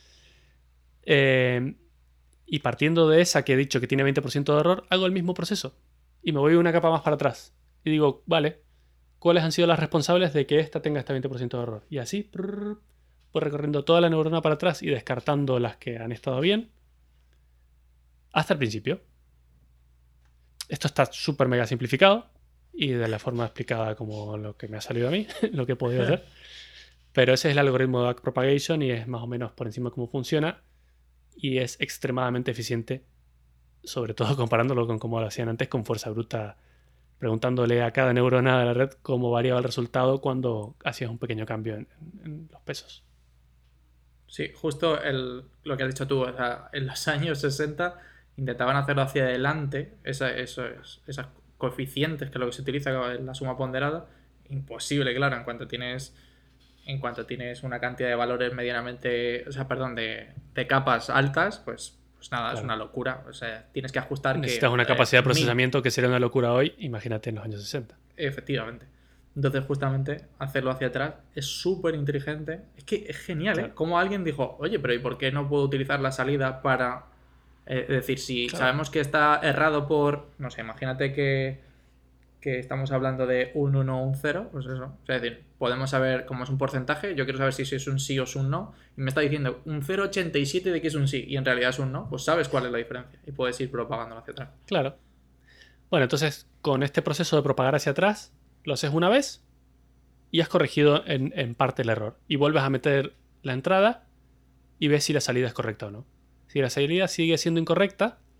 Y partiendo de esa que he dicho que tiene 20% de error, hago el mismo proceso. Y me voy una capa más para atrás. Y digo, vale, ¿cuáles han sido las responsables de que esta tenga este 20% de error? Y así, voy recorriendo toda la neurona para atrás y descartando las que han estado bien hasta el principio. Esto está súper mega simplificado y de la forma explicada como lo que me ha salido a mí, lo que he podido hacer. Pero ese es el algoritmo de backpropagation y es más o menos por encima cómo funciona y es extremadamente eficiente, sobre todo comparándolo con cómo lo hacían antes con fuerza bruta, preguntándole a cada neurona de la red cómo variaba el resultado cuando hacías un pequeño cambio en los pesos. Sí, justo lo que has dicho tú, o sea, en los años 60 intentaban hacerlo hacia adelante, esas coeficientes, que es lo que se utiliza en la suma ponderada, imposible, claro, en cuanto tienes una cantidad de valores medianamente, o sea, perdón, de capas altas, pues nada, es Claro. una locura. O sea, tienes que ajustar Necesitas que una capacidad de 1000, procesamiento que sería una locura hoy, imagínate en los años 60. efectivamente. Entonces, justamente, hacerlo hacia atrás es súper inteligente. Es que es genial, ¿eh? Claro, Como alguien dijo, oye, pero ¿y por qué no puedo utilizar la salida para... es decir, si claro. sabemos que está errado por... No sé, imagínate que estamos hablando de un 1 o un 0, pues eso. O sea, es decir, podemos saber cómo es un porcentaje, yo quiero saber si es un sí o es un no, y me está diciendo un 0,87 de que es un sí, y en realidad es un no, pues sabes cuál es la diferencia, y puedes ir propagándolo hacia atrás. Claro. Bueno, entonces con este proceso de propagar hacia atrás, lo haces una vez y has corregido en parte el error. Y vuelves a meter la entrada y ves si la salida es correcta o no. Si la salida sigue siendo incorrecta,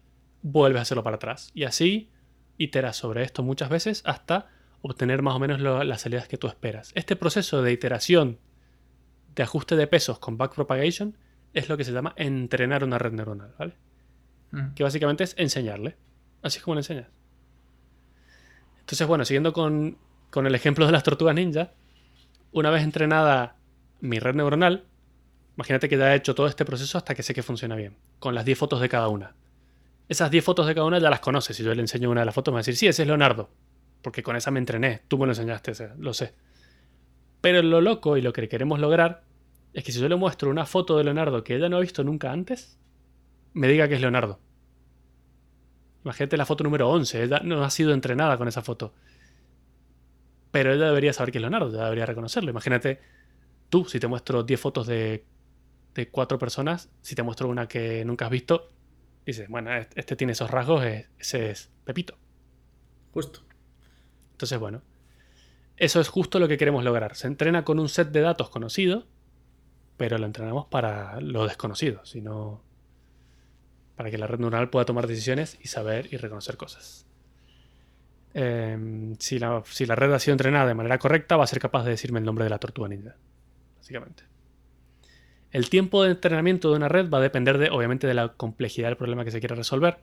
vuelves a hacerlo para atrás. Y así iteras sobre esto muchas veces hasta obtener más o menos las salidas que tú esperas. Este proceso de iteración de ajuste de pesos con backpropagation es lo que se llama entrenar una red neuronal, ¿vale? Que básicamente es enseñarle. Así es como le enseñas. Entonces, bueno, siguiendo con el ejemplo de las tortugas ninja, una vez entrenada mi red neuronal, imagínate que ya he hecho todo este proceso hasta que sé que funciona bien, con las 10 fotos de cada una. Esas 10 fotos de cada una ya las conoces. Si yo le enseño una de las fotos, me va a decir, sí, ese es Leonardo. Porque con esa me entrené, tú me lo enseñaste, lo sé. Pero lo loco y lo que queremos lograr es que si yo le muestro una foto de Leonardo que ella no ha visto nunca antes, me diga que es Leonardo. Imagínate la foto número 11, ella no ha sido entrenada con esa foto. Pero ella debería saber que es Leonardo, ya debería reconocerlo. Imagínate tú, si te muestro 10 fotos de 4 personas, si te muestro una que nunca has visto, dices, bueno, este tiene esos rasgos, ese es Pepito. Justo. Entonces, bueno, eso es justo lo que queremos lograr. Se entrena con un set de datos conocido, pero lo entrenamos para lo desconocido, sino para que la red neuronal pueda tomar decisiones y saber y reconocer cosas. Si la red ha sido entrenada de manera correcta, va a ser capaz de decirme el nombre de la tortuga ninja, básicamente. El tiempo de entrenamiento de una red va a depender obviamente de la complejidad del problema que se quiera resolver.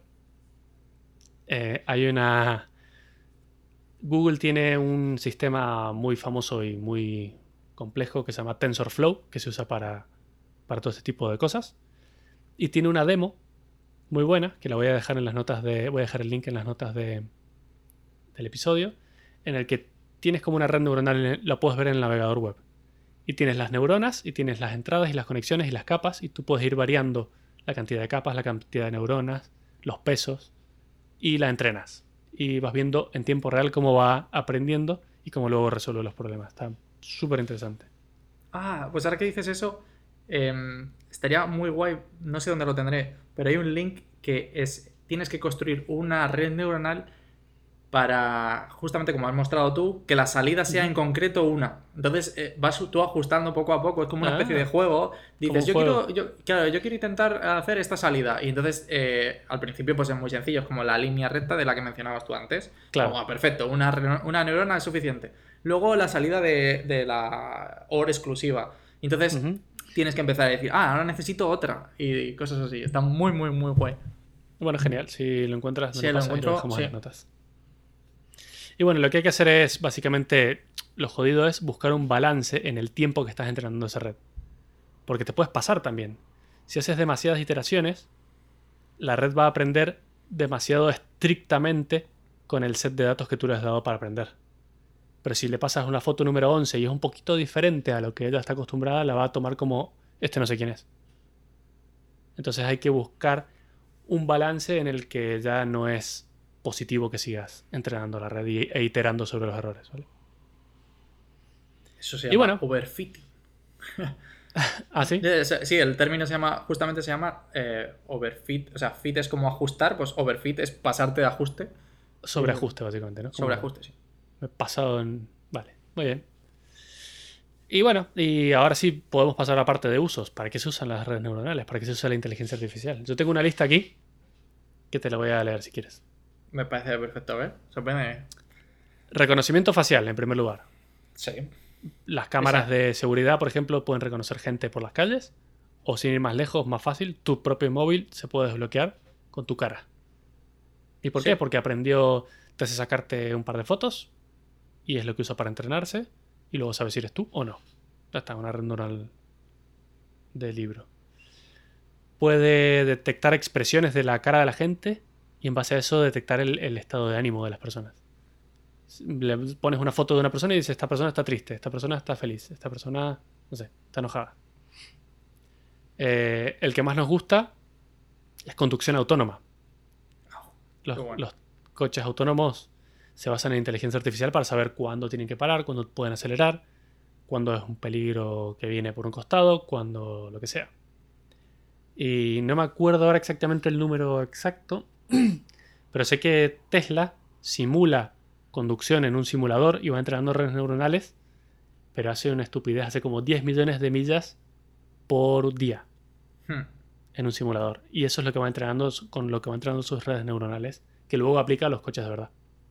Google tiene un sistema muy famoso y muy complejo que se llama TensorFlow, que se usa para todo este tipo de cosas. Y tiene una demo muy buena, que la voy a dejar en las notas voy a dejar el link en las notas del episodio, en el que tienes como una red neuronal, la puedes ver en el navegador web. Y tienes las neuronas, y tienes las entradas y las conexiones y las capas, y tú puedes ir variando la cantidad de capas, la cantidad de neuronas, los pesos, y la entrenas. Y vas viendo en tiempo real cómo va aprendiendo y cómo luego resuelve los problemas. Está súper interesante. Pues ahora que dices eso, estaría muy guay, no sé dónde lo tendré, pero hay un link que tienes que construir una red neuronal para, justamente como has mostrado tú, que la salida sea en concreto una. Entonces vas tú ajustando poco a poco, es como una especie de juego. Dices, yo quiero intentar hacer esta salida. Y entonces al principio pues es muy sencillo, es como la línea recta de la que mencionabas tú antes. Claro. Perfecto, una neurona es suficiente. Luego la salida de la OR exclusiva. Entonces tienes que empezar a decir, ahora necesito otra. Y cosas así. Está muy, muy, muy guay. Bueno, genial. Si lo encuentras, lo encuentro, lo dejamos en las notas. Y bueno, lo que hay que hacer es, básicamente, lo jodido es buscar un balance en el tiempo que estás entrenando esa red. Porque te puedes pasar también. Si haces demasiadas iteraciones, la red va a aprender demasiado estrictamente con el set de datos que tú le has dado para aprender. Pero si le pasas una foto número 11 y es un poquito diferente a lo que ella está acostumbrada, la va a tomar como, este no sé quién es. Entonces hay que buscar un balance en el que ya no es positivo que sigas entrenando la red e iterando sobre los errores, ¿vale? Eso se llama overfitting. ¿Ah, sí? Sí, el término se llama overfit. O sea, fit es como ajustar, pues overfit es pasarte de ajuste. Sobreajuste, básicamente, ¿no? Sobreajuste, sí. Me he pasado en... Vale, muy bien. Y bueno, y ahora sí podemos pasar a la parte de usos. ¿Para qué se usan las redes neuronales? ¿Para qué se usa la inteligencia artificial? Yo tengo una lista aquí que te la voy a leer si quieres. Me parece perfecto, ¿eh? Sorprende. Reconocimiento facial, en primer lugar. Sí. Las cámaras de seguridad, por ejemplo, pueden reconocer gente por las calles. O sin ir más lejos, más fácil, tu propio móvil se puede desbloquear con tu cara. ¿Y por qué? Porque te hace sacarte un par de fotos y es lo que usa para entrenarse y luego sabe si eres tú o no. Ya está, una red neuronal de libro. Puede detectar expresiones de la cara de la gente y en base a eso detectar el estado de ánimo de las personas. Le pones una foto de una persona y dices, esta persona está triste, esta persona está feliz, esta persona, no sé, está enojada. El que más nos gusta es conducción autónoma. Los coches autónomos se basan en inteligencia artificial para saber cuándo tienen que parar, cuándo pueden acelerar, cuándo es un peligro que viene por un costado, cuándo lo que sea. Y no me acuerdo ahora exactamente el número exacto, pero sé que Tesla simula conducción en un simulador y va entrenando redes neuronales, pero hace una estupidez, hace como 10 millones de millas por día. en un simulador. Y eso es lo que va entrenando con lo que va entrenando sus redes neuronales, que luego aplica a los coches de verdad.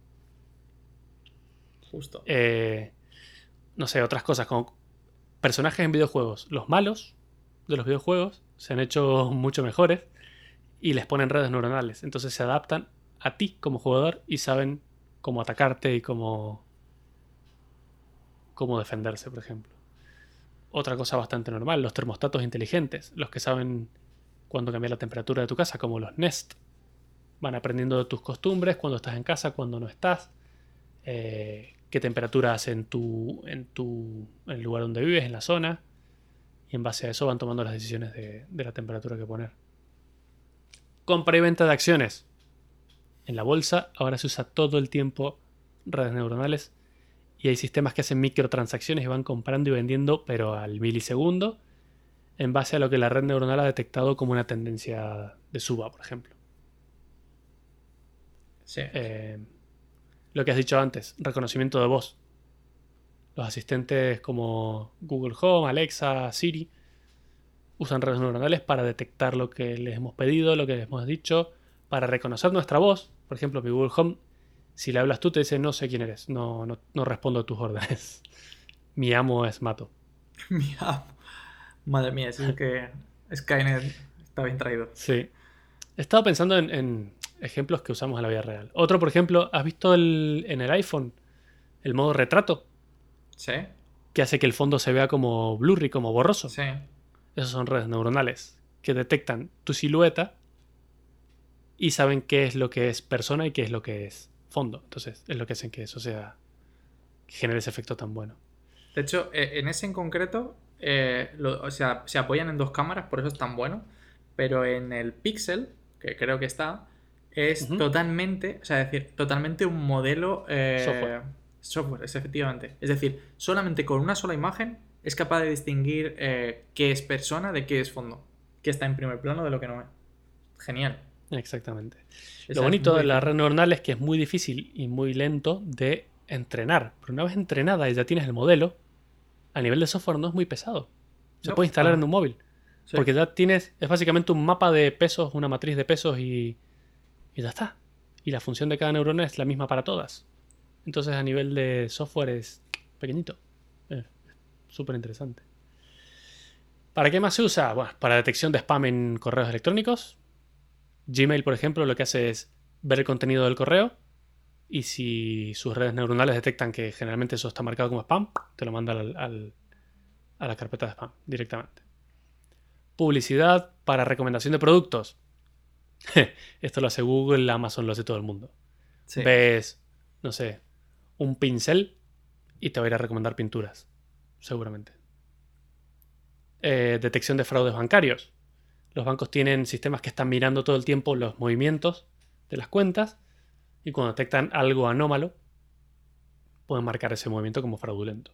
Justo. No sé, otras cosas como personajes en videojuegos. Los malos de los videojuegos se han hecho mucho mejores y les ponen redes neuronales. Entonces se adaptan a ti como jugador y saben cómo atacarte y cómo defenderse, por ejemplo. Otra cosa bastante normal, los termostatos inteligentes, los que saben cuándo cambiar la temperatura de tu casa, como los Nest. Van aprendiendo de tus costumbres, cuando estás en casa, cuando no estás, qué temperatura hace en el lugar donde vives, en la zona, y en base a eso van tomando las decisiones de la temperatura que poner. Compra y venta de acciones. En la bolsa ahora se usa todo el tiempo redes neuronales y hay sistemas que hacen microtransacciones y van comprando y vendiendo, pero al milisegundo, en base a lo que la red neuronal ha detectado como una tendencia de suba, por ejemplo. Sí. Lo que has dicho antes, reconocimiento de voz. Los asistentes como Google Home, Alexa, Siri, usan redes neuronales para detectar lo que les hemos pedido, lo que les hemos dicho, para reconocer nuestra voz. Por ejemplo, mi Google Home, si le hablas tú, te dice no sé quién eres, no respondo a tus órdenes. Mi amo es Mato. Mi amo. Madre mía, es que Skynet está bien traído. Sí. He estado pensando en ejemplos que usamos en la vida real. Otro, por ejemplo, ¿has visto en el iPhone el modo retrato? ¿Sí? Que hace que el fondo se vea como blurry, como borroso. Sí. Esas son redes neuronales que detectan tu silueta y saben qué es lo que es persona y qué es lo que es fondo. Entonces, es lo que hacen que eso sea, que genere ese efecto tan bueno. De hecho, en ese en concreto, o sea, se apoyan en dos cámaras, por eso es tan bueno. Pero en el Pixel, que creo que está, es totalmente, o sea, es decir, totalmente un modelo software, es efectivamente. Es decir, solamente con una sola imagen es capaz de distinguir qué es persona de qué es fondo, qué está en primer plano de lo que no es. Genial. Exactamente. Esa Lo es bonito muy de la difícil. red neuronal es que es muy difícil y muy lento de entrenar. Pero una vez entrenada y ya tienes el modelo, a nivel de software no es muy pesado. Se No, puede instalar para en un nada. móvil. Sí. Porque ya tienes, es básicamente un mapa de pesos, una matriz de pesos y ya está. Y la función de cada neurona es la misma para todas. Entonces a nivel de software es pequeñito. Súper interesante. ¿Para qué más se usa? Bueno, para detección de spam en correos electrónicos. Gmail, por ejemplo, lo que hace es ver el contenido del correo y si sus redes neuronales detectan que generalmente eso está marcado como spam, te lo manda a la carpeta de spam directamente. Publicidad para recomendación de productos. Esto lo hace Google, Amazon, lo hace todo el mundo. Sí. Ves, no sé, un pincel y te va a ir a recomendar pinturas, seguramente. Detección de fraudes bancarios. Los bancos tienen sistemas que están mirando todo el tiempo los movimientos de las cuentas y cuando detectan algo anómalo, pueden marcar ese movimiento como fraudulento.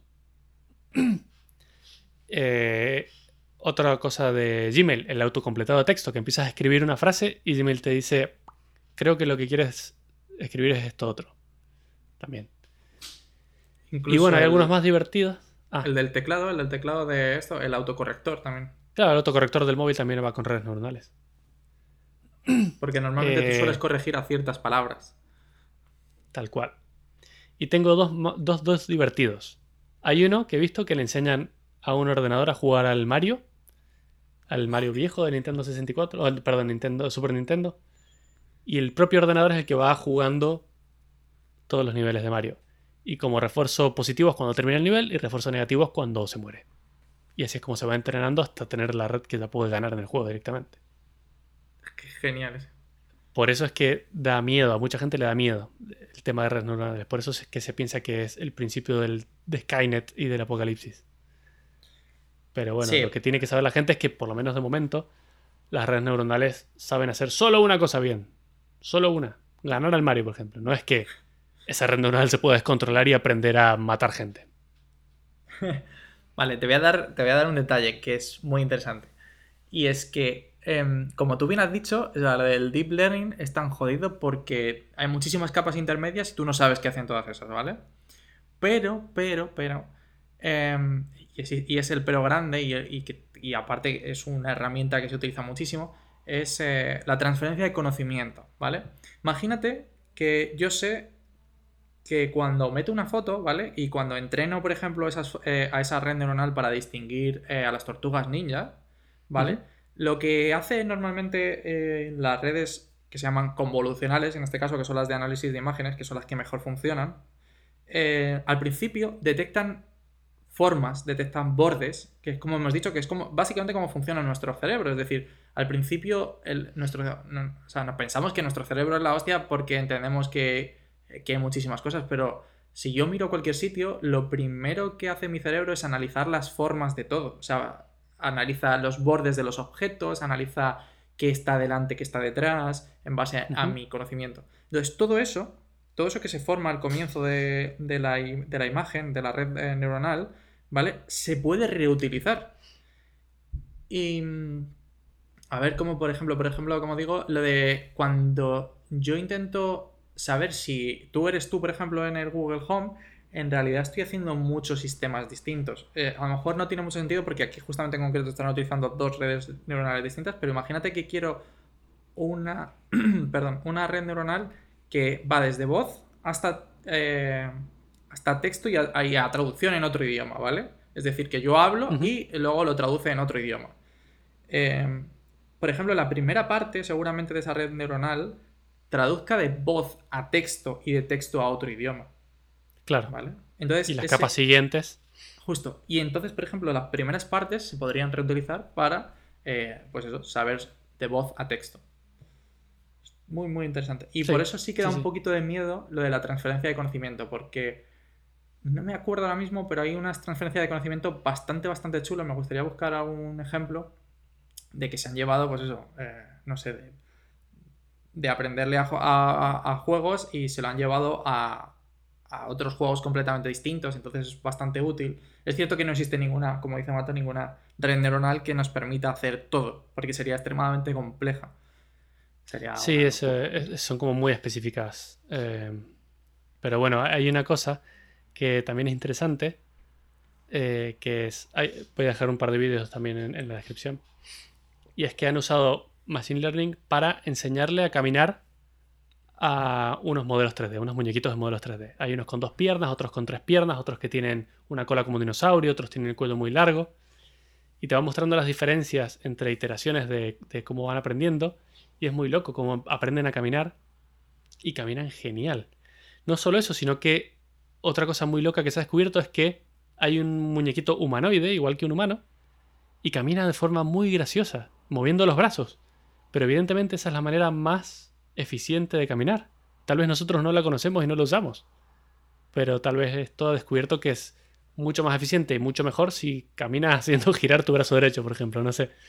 Otra cosa de Gmail, el autocompletado de texto, que empiezas a escribir una frase y Gmail te dice, creo que lo que quieres escribir es esto otro. También. Incluso Y bueno, hay algunos más divertidos. el del teclado de esto, el autocorrector también. Claro, el autocorrector del móvil también va con redes neuronales. Porque normalmente tú sueles corregir a ciertas palabras. Tal cual. Y tengo dos divertidos. Hay uno que he visto que le enseñan a un ordenador a jugar al Mario viejo de Nintendo 64, perdón, Super Nintendo. Y el propio ordenador es el que va jugando todos los niveles de Mario. Y como refuerzo positivo es cuando termina el nivel y refuerzo negativo es cuando se muere. Y así es como se va entrenando hasta tener la red que ya puede ganar en el juego directamente. Qué genial ese. Por eso es que da miedo, a mucha gente le da miedo el tema de redes neuronales. Por eso es que se piensa que es el principio de Skynet y del apocalipsis. Pero bueno, Sí. lo que tiene que saber la gente es que, por lo menos de momento, las redes neuronales saben hacer solo una cosa bien. Solo una. Ganar al Mario, por ejemplo. No es que esa red neuronal se pueda descontrolar y aprender a matar gente. Vale, te voy a dar un detalle que es muy interesante. Y es que, como tú bien has dicho, lo del deep learning es tan jodido porque hay muchísimas capas intermedias y tú no sabes qué hacen todas esas, ¿vale? Pero, y es el pero grande y aparte es una herramienta que se utiliza muchísimo, es la transferencia de conocimiento, ¿vale? Imagínate que yo sé que cuando meto una foto, ¿vale? Y cuando entreno, por ejemplo, a esa red neuronal para distinguir a las tortugas ninja, ¿vale? Ujú. Lo que hace normalmente las redes que se llaman convolucionales, en este caso, que son las de análisis de imágenes, que son las que mejor funcionan, al principio detectan formas, detectan bordes, que es como hemos dicho, que es como básicamente cómo funciona nuestro cerebro. Es decir, al principio o sea, nos pensamos que nuestro cerebro es la hostia porque entendemos que hay muchísimas cosas, pero si yo miro cualquier sitio, lo primero que hace mi cerebro es analizar las formas de todo. O sea, analiza los bordes de los objetos, analiza qué está delante, qué está detrás, en base a Ujú. mi conocimiento. Entonces, todo eso que se forma al comienzo de la imagen, de la red neuronal, ¿vale? Se puede reutilizar. Y a ver, como por ejemplo, como digo, lo de cuando yo intento saber si tú eres tú, por ejemplo, en el Google Home, en realidad estoy haciendo muchos sistemas distintos. A lo mejor no tiene mucho sentido porque aquí justamente en concreto están utilizando dos redes neuronales distintas, pero imagínate que quiero una, perdón, una red neuronal que va desde voz hasta texto y a traducción en otro idioma, ¿vale? Es decir, que yo hablo Ujú. y luego lo traduce en otro idioma. Eh, por ejemplo, la primera parte seguramente de esa red neuronal traduzca de voz a texto y de texto a otro idioma, Claro. ¿vale? Y Entonces, las capas siguientes. justo. Y entonces, por ejemplo, las primeras partes se podrían reutilizar para, pues eso, saber de voz a texto. Muy, muy interesante. Y por Sí, eso sí que da sí, un sí. poquito de miedo lo de la transferencia de conocimiento, porque no me acuerdo ahora mismo, pero hay unas transferencias de conocimiento bastante chulas. Me gustaría buscar algún ejemplo de que se han llevado, pues eso, no sé, de aprenderle a juegos y se lo han llevado a otros juegos completamente distintos, entonces es bastante útil. Es cierto que no existe ninguna, como dice Mato, ninguna red neuronal que nos permita hacer todo, porque sería extremadamente compleja. Sería Sí, una locura. son como muy específicas. Pero bueno, hay una cosa que también es interesante, que es... voy a dejar un par de vídeos también en la descripción. Y es que han usado Machine Learning para enseñarle a caminar a unos modelos 3D, unos muñequitos de modelos 3D. Hay unos con dos piernas, otros con tres piernas, otros que tienen una cola como un dinosaurio, otros tienen el cuello muy largo. Y te va mostrando las diferencias entre iteraciones de cómo van aprendiendo. Y es muy loco cómo aprenden a caminar y caminan genial. No solo eso, sino que otra cosa muy loca que se ha descubierto es que hay un muñequito humanoide, igual que un humano, y camina de forma muy graciosa, moviendo los brazos. Pero evidentemente esa es la manera más eficiente de caminar. Tal vez nosotros no la conocemos y no la usamos, pero tal vez esto ha descubierto que es mucho más eficiente y mucho mejor si caminas haciendo girar tu brazo derecho, por ejemplo, no sé.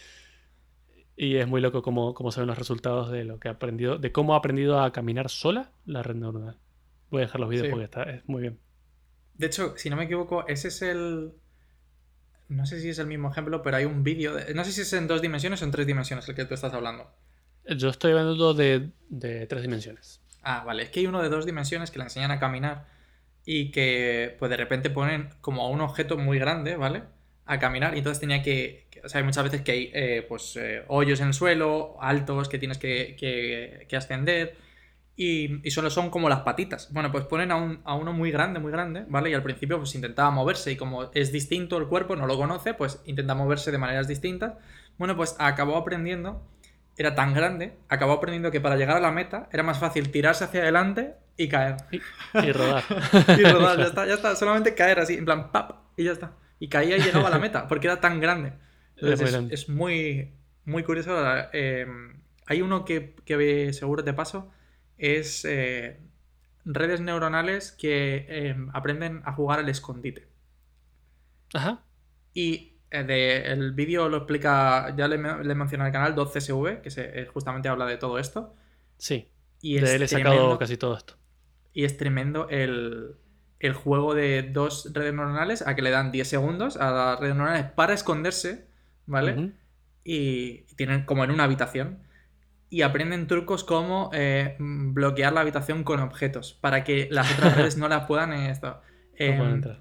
Y es muy loco cómo se ven los resultados de lo que ha aprendido, de cómo ha aprendido a caminar sola la red neuronal. Voy a dejar los vídeos Sí. porque es muy bien. De hecho, si no me equivoco, ese es el... No sé si es el mismo ejemplo, pero hay un vídeo... No sé si es en dos dimensiones o en tres dimensiones el que tú estás hablando. Yo estoy hablando de tres dimensiones. Ah, vale. Es que hay uno de dos dimensiones que le enseñan a caminar y que pues de repente ponen como a un objeto muy grande, ¿vale? A caminar y entonces tenía o sea, hay muchas veces que hay hoyos en el suelo, altos que tienes que ascender y solo son como las patitas. Bueno, pues ponen a uno muy grande, ¿vale? Y al principio pues intentaba moverse y como es distinto el cuerpo, no lo conoce, pues intenta moverse de maneras distintas. Bueno, pues acabó aprendiendo, era tan grande, acabó aprendiendo que para llegar a la meta era más fácil tirarse hacia adelante y caer. Y rodar. Y rodar, Claro, ya está, solamente caer así, en plan, ¡pap! Y ya está. Y caía y llegaba a la meta, porque era tan grande. es muy Entonces grande. es muy, muy curioso. Hay uno que seguro te paso, es redes neuronales que aprenden a jugar al escondite. Ajá, Y el vídeo lo explica, ya le mencioné al canal 2CSV, que justamente habla de todo esto. sí. Y De él es he sacado tremendo casi todo esto. Y es tremendo el juego de dos redes neuronales a que le dan 10 segundos a las redes neuronales para esconderse, ¿vale? Ujú. Y tienen como en una habitación. Y aprenden trucos como bloquear la habitación con objetos para que las otras redes no las puedan No pueden em, entrar.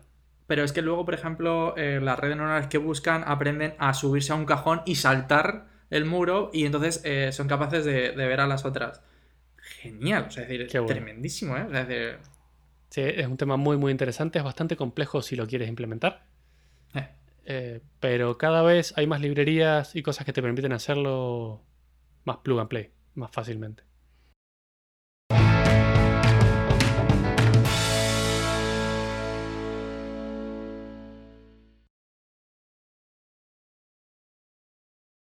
pero es que luego, por ejemplo, las redes neuronales que buscan aprenden a subirse a un cajón y saltar el muro y entonces son capaces de ver a las otras. Genial, o sea, es decir, Qué bueno. tremendísimo, ¿eh? O sea, es decir, Sí, es un tema muy, muy interesante. Es bastante complejo si lo quieres implementar. eh, Pero cada vez hay más librerías y cosas que te permiten hacerlo más plug and play, más fácilmente.